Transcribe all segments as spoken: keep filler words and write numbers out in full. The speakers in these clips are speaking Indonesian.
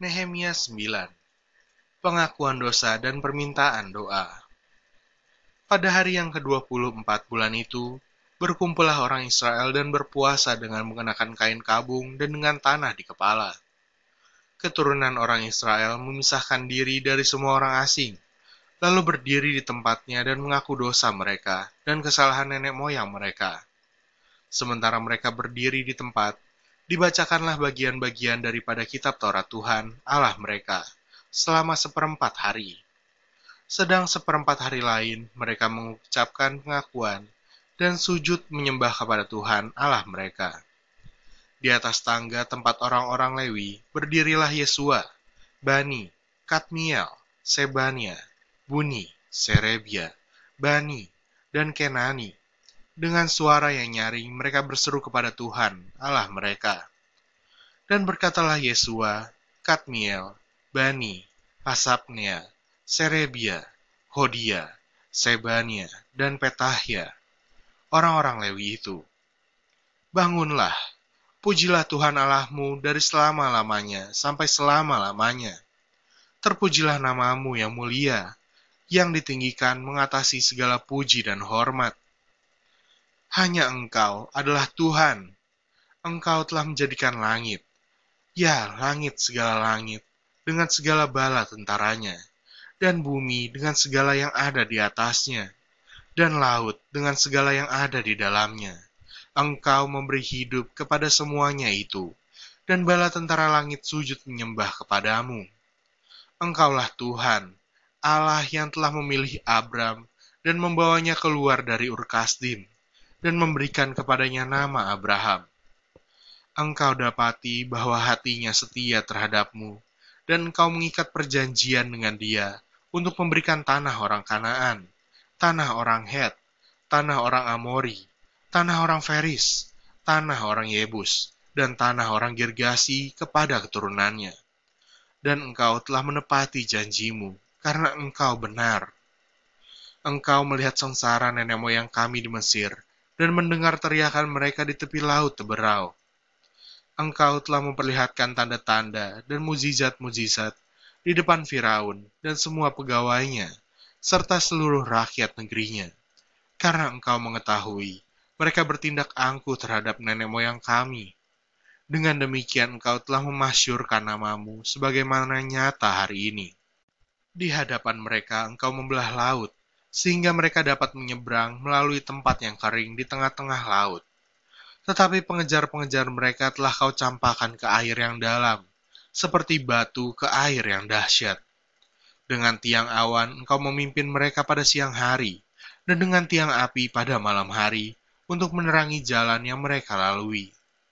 Nehemia sembilan. Pengakuan dosa dan permintaan doa. Pada hari yang kedua puluh empat bulan itu, berkumpullah orang Israel dan berpuasa dengan mengenakan kain kabung dan dengan tanah di kepala. Keturunan orang Israel memisahkan diri dari semua orang asing, lalu berdiri di tempatnya dan mengaku dosa mereka dan kesalahan nenek moyang mereka. Sementara mereka berdiri di tempat, dibacakanlah bagian-bagian daripada kitab Taurat Tuhan, Allah mereka, selama seperempat hari. Sedang seperempat hari lain, mereka mengucapkan pengakuan dan sujud menyembah kepada Tuhan, Allah mereka. Di atas tangga tempat orang-orang Lewi, berdirilah Yesua, Bani, Kadmiel, Sebania, Buni, Serebia, Bani, dan Kenani. Dengan suara yang nyaring, mereka berseru kepada Tuhan, Allah mereka. Dan berkatalah Yesua, Kadmiel, Bani, Hasabnia, Serebia, Hodia, Sebania, dan Petahya, orang-orang Lewi itu. Bangunlah, pujilah Tuhan Allahmu dari selama-lamanya sampai selama-lamanya. Terpujilah namamu yang mulia, yang ditinggikan mengatasi segala puji dan hormat. Hanya Engkau adalah Tuhan. Engkau telah menjadikan langit, ya langit segala langit, dengan segala bala tentaranya, dan bumi dengan segala yang ada di atasnya, dan laut dengan segala yang ada di dalamnya. Engkau memberi hidup kepada semuanya itu, dan bala tentara langit sujud menyembah kepadamu. Engkaulah Tuhan, Allah yang telah memilih Abram dan membawanya keluar dari Ur Kasdim, dan memberikan kepadanya nama Abraham. Engkau dapati bahwa hatinya setia terhadapmu, dan engkau mengikat perjanjian dengan dia untuk memberikan tanah orang Kanaan, tanah orang Het, tanah orang Amori, tanah orang Feris, tanah orang Yebus, dan tanah orang Girgasi kepada keturunannya. Dan engkau telah menepati janjimu, karena engkau benar. Engkau melihat sengsara nenek moyang kami di Mesir, dan mendengar teriakan mereka di tepi laut Teberau. Engkau telah memperlihatkan tanda-tanda dan mujizat-mujizat di depan Firaun dan semua pegawainya, serta seluruh rakyat negerinya. Karena engkau mengetahui, mereka bertindak angkuh terhadap nenek moyang kami. Dengan demikian engkau telah memasyurkan namamu sebagaimana nyata hari ini. Di hadapan mereka engkau membelah laut, sehingga mereka dapat menyeberang melalui tempat yang kering di tengah-tengah laut. Tetapi pengejar-pengejar mereka telah kau campakkan ke air yang dalam, seperti batu ke air yang dahsyat. Dengan tiang awan engkau memimpin mereka pada siang hari, dan dengan tiang api pada malam hari, untuk menerangi jalan yang mereka lalui.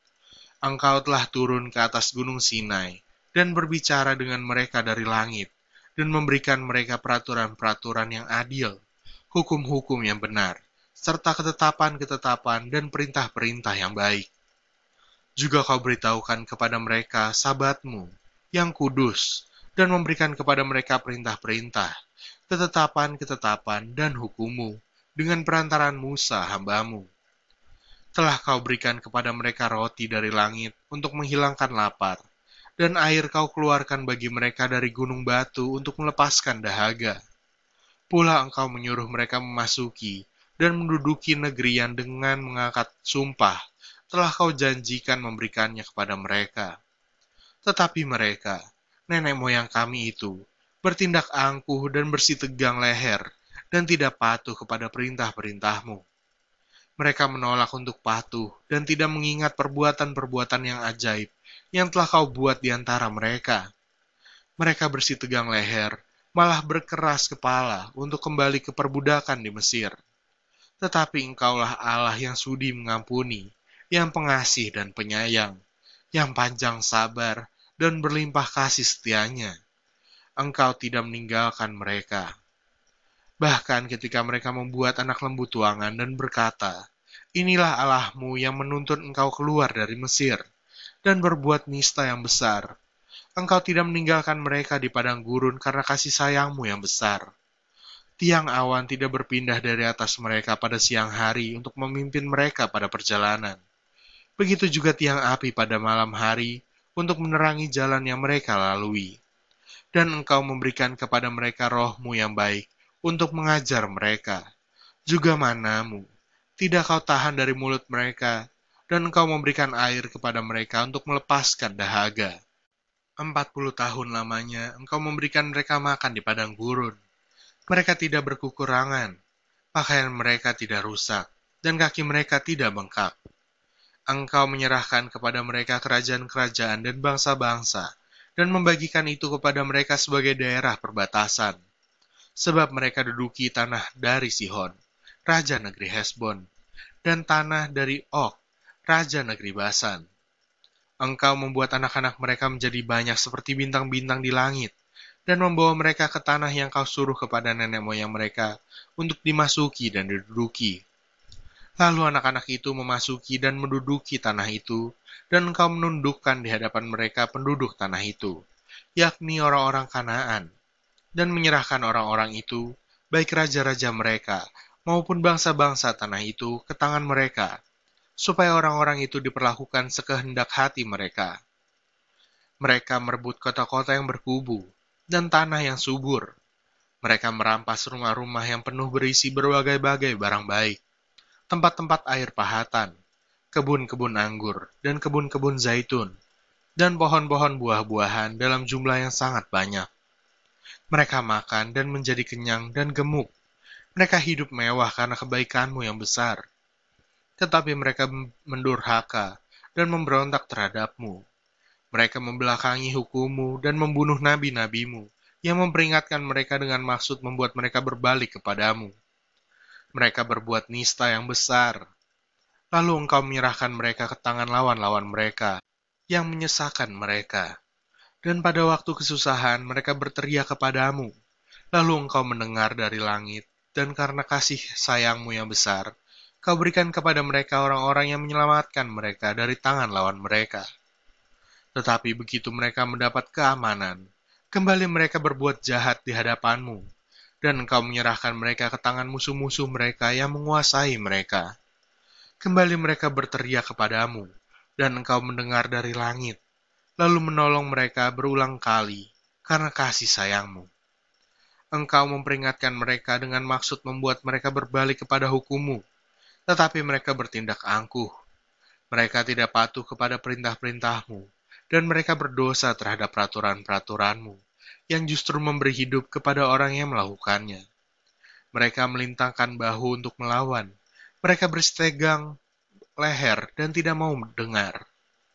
Engkau telah turun ke atas gunung Sinai, dan berbicara dengan mereka dari langit, dan memberikan mereka peraturan-peraturan yang adil, hukum-hukum yang benar, serta ketetapan-ketetapan dan perintah-perintah yang baik. Juga kau beritahukan kepada mereka sabatmu, yang kudus, dan memberikan kepada mereka perintah-perintah, ketetapan-ketetapan dan hukummu, dengan perantaran Musa hambamu. Telah kau berikan kepada mereka roti dari langit untuk menghilangkan lapar, dan air kau keluarkan bagi mereka dari gunung batu untuk melepaskan dahaga. Pula engkau menyuruh mereka memasuki dan menduduki negeri yang dengan mengangkat sumpah telah kau janjikan memberikannya kepada mereka. Tetapi mereka, nenek moyang kami itu, bertindak angkuh dan bersitegang leher, dan tidak patuh kepada perintah-perintahmu. Mereka menolak untuk patuh dan tidak mengingat perbuatan-perbuatan yang ajaib yang telah kau buat di antara mereka. Mereka bersitegang leher, malah berkeras kepala untuk kembali ke perbudakan di Mesir. Tetapi engkaulah Allah yang sudi mengampuni, yang pengasih dan penyayang, yang panjang sabar dan berlimpah kasih setianya. Engkau tidak meninggalkan mereka. Bahkan ketika mereka membuat anak lembu tuangan dan berkata, inilah Allahmu yang menuntun engkau keluar dari Mesir, dan berbuat nista yang besar. Engkau tidak meninggalkan mereka di padang gurun karena kasih sayangmu yang besar. Tiang awan tidak berpindah dari atas mereka pada siang hari untuk memimpin mereka pada perjalanan. Begitu juga tiang api pada malam hari untuk menerangi jalan yang mereka lalui. Dan Engkau memberikan kepada mereka roh-Mu yang baik untuk mengajar mereka. Juga manamu, tidak Kau tahan dari mulut mereka, dan Engkau memberikan air kepada mereka untuk melepaskan dahaga. Empat puluh tahun lamanya Engkau memberikan mereka makan di padang gurun. Mereka tidak berkekurangan, pakaian mereka tidak rusak, dan kaki mereka tidak bengkak. Engkau menyerahkan kepada mereka kerajaan-kerajaan dan bangsa-bangsa, dan membagikan itu kepada mereka sebagai daerah perbatasan. Sebab mereka duduki tanah dari Sihon, raja negeri Hesbon, dan tanah dari Og, raja negeri Basan. Engkau membuat anak-anak mereka menjadi banyak seperti bintang-bintang di langit, dan membawa mereka ke tanah yang Kau suruh kepada nenek moyang mereka untuk dimasuki dan diduduki. Lalu anak-anak itu memasuki dan menduduki tanah itu, dan Engkau menundukkan di hadapan mereka penduduk tanah itu, yakni orang-orang Kanaan, dan menyerahkan orang-orang itu, baik raja-raja mereka maupun bangsa-bangsa tanah itu, ke tangan mereka, supaya orang-orang itu diperlakukan sekehendak hati mereka. Mereka merebut kota-kota yang berkubu dan tanah yang subur. Mereka merampas rumah-rumah yang penuh berisi berbagai-bagai barang baik, tempat-tempat air pahatan, kebun-kebun anggur, dan kebun-kebun zaitun, dan pohon-pohon buah-buahan dalam jumlah yang sangat banyak. Mereka makan dan menjadi kenyang dan gemuk. Mereka hidup mewah karena kebaikan-Mu yang besar. Tetapi mereka mendurhaka dan memberontak terhadap-Mu. Mereka membelakangi hukum-Mu dan membunuh nabi-nabi-Mu, yang memperingatkan mereka dengan maksud membuat mereka berbalik kepadamu. Mereka berbuat nista yang besar. Lalu Engkau menyerahkan mereka ke tangan lawan-lawan mereka, yang menyesakan mereka. Dan pada waktu kesusahan mereka berteriak kepadamu. Lalu Engkau mendengar dari langit, dan karena kasih sayang-Mu yang besar, Kau berikan kepada mereka orang-orang yang menyelamatkan mereka dari tangan lawan mereka. Tetapi begitu mereka mendapat keamanan, kembali mereka berbuat jahat di hadapan-Mu, dan Engkau menyerahkan mereka ke tangan musuh-musuh mereka yang menguasai mereka. Kembali mereka berteriak kepadamu, dan Engkau mendengar dari langit, lalu menolong mereka berulang kali karena kasih sayang-Mu. Engkau memperingatkan mereka dengan maksud membuat mereka berbalik kepada hukum-Mu, tetapi mereka bertindak angkuh. Mereka tidak patuh kepada perintah-perintah-Mu, dan mereka berdosa terhadap peraturan-peraturan-Mu, yang justru memberi hidup kepada orang yang melakukannya. Mereka melintangkan bahu untuk melawan. Mereka berstegang leher dan tidak mau mendengar.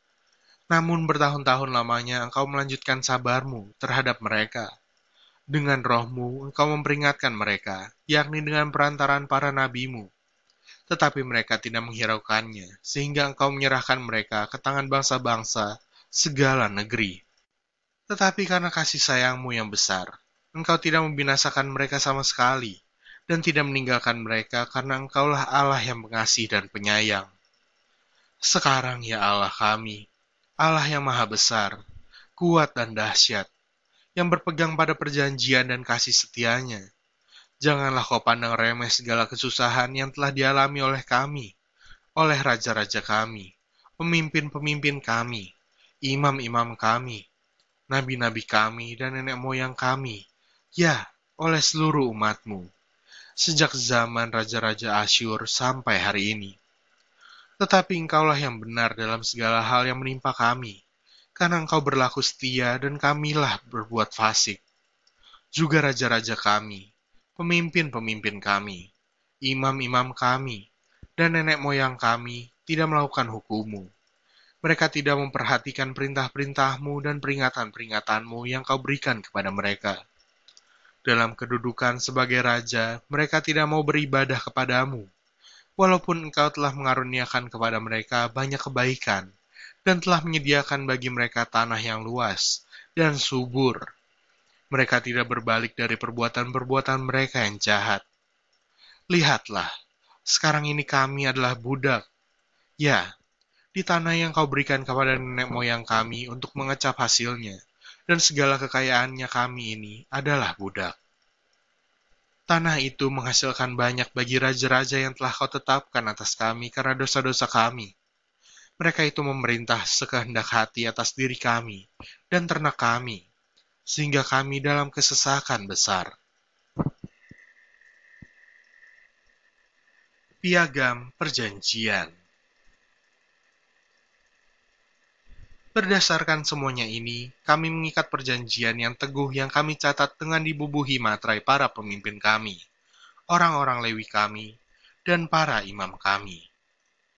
Namun bertahun-tahun lamanya Engkau melanjutkan sabar-Mu terhadap mereka. Dengan roh-Mu Engkau memperingatkan mereka, yakni dengan perantaraan para nabi-Mu. Tetapi mereka tidak menghiraukannya, sehingga Engkau menyerahkan mereka ke tangan bangsa-bangsa segala negeri. Tetapi karena kasih sayang-Mu yang besar, Engkau tidak membinasakan mereka sama sekali, dan tidak meninggalkan mereka karena Engkaulah Allah yang pengasih dan penyayang. Sekarang ya Allah kami, Allah yang maha besar, kuat dan dahsyat, yang berpegang pada perjanjian dan kasih setianya. Janganlah Kau pandang remeh segala kesusahan yang telah dialami oleh kami, oleh raja-raja kami, pemimpin-pemimpin kami, imam-imam kami, nabi-nabi kami, dan nenek moyang kami, ya, oleh seluruh umat-Mu, sejak zaman raja-raja Asyur sampai hari ini. Tetapi Engkaulah yang benar dalam segala hal yang menimpa kami, karena Engkau berlaku setia dan kamilah berbuat fasik. Juga raja-raja kami, pemimpin-pemimpin kami, imam-imam kami, dan nenek moyang kami tidak melakukan hukum-Mu. Mereka tidak memperhatikan perintah-perintah-Mu dan peringatan-peringatan-Mu yang Kau berikan kepada mereka. Dalam kedudukan sebagai raja, mereka tidak mau beribadah kepadamu, walaupun Engkau telah mengaruniakan kepada mereka banyak kebaikan, dan telah menyediakan bagi mereka tanah yang luas dan subur. Mereka tidak berbalik dari perbuatan-perbuatan mereka yang jahat. Lihatlah, sekarang ini kami adalah budak. Ya, di tanah yang Kau berikan kepada nenek moyang kami untuk mengecap hasilnya, dan segala kekayaannya kami ini adalah budak. Tanah itu menghasilkan banyak bagi raja-raja yang telah Kau tetapkan atas kami karena dosa-dosa kami. Mereka itu memerintah sekehendak hati atas diri kami dan ternak kami, sehingga kami dalam kesesakan besar. Piagam Perjanjian. Berdasarkan semuanya ini, kami mengikat perjanjian yang teguh yang kami catat dengan dibubuhi materai para pemimpin kami, orang-orang Lewi kami, dan para imam kami.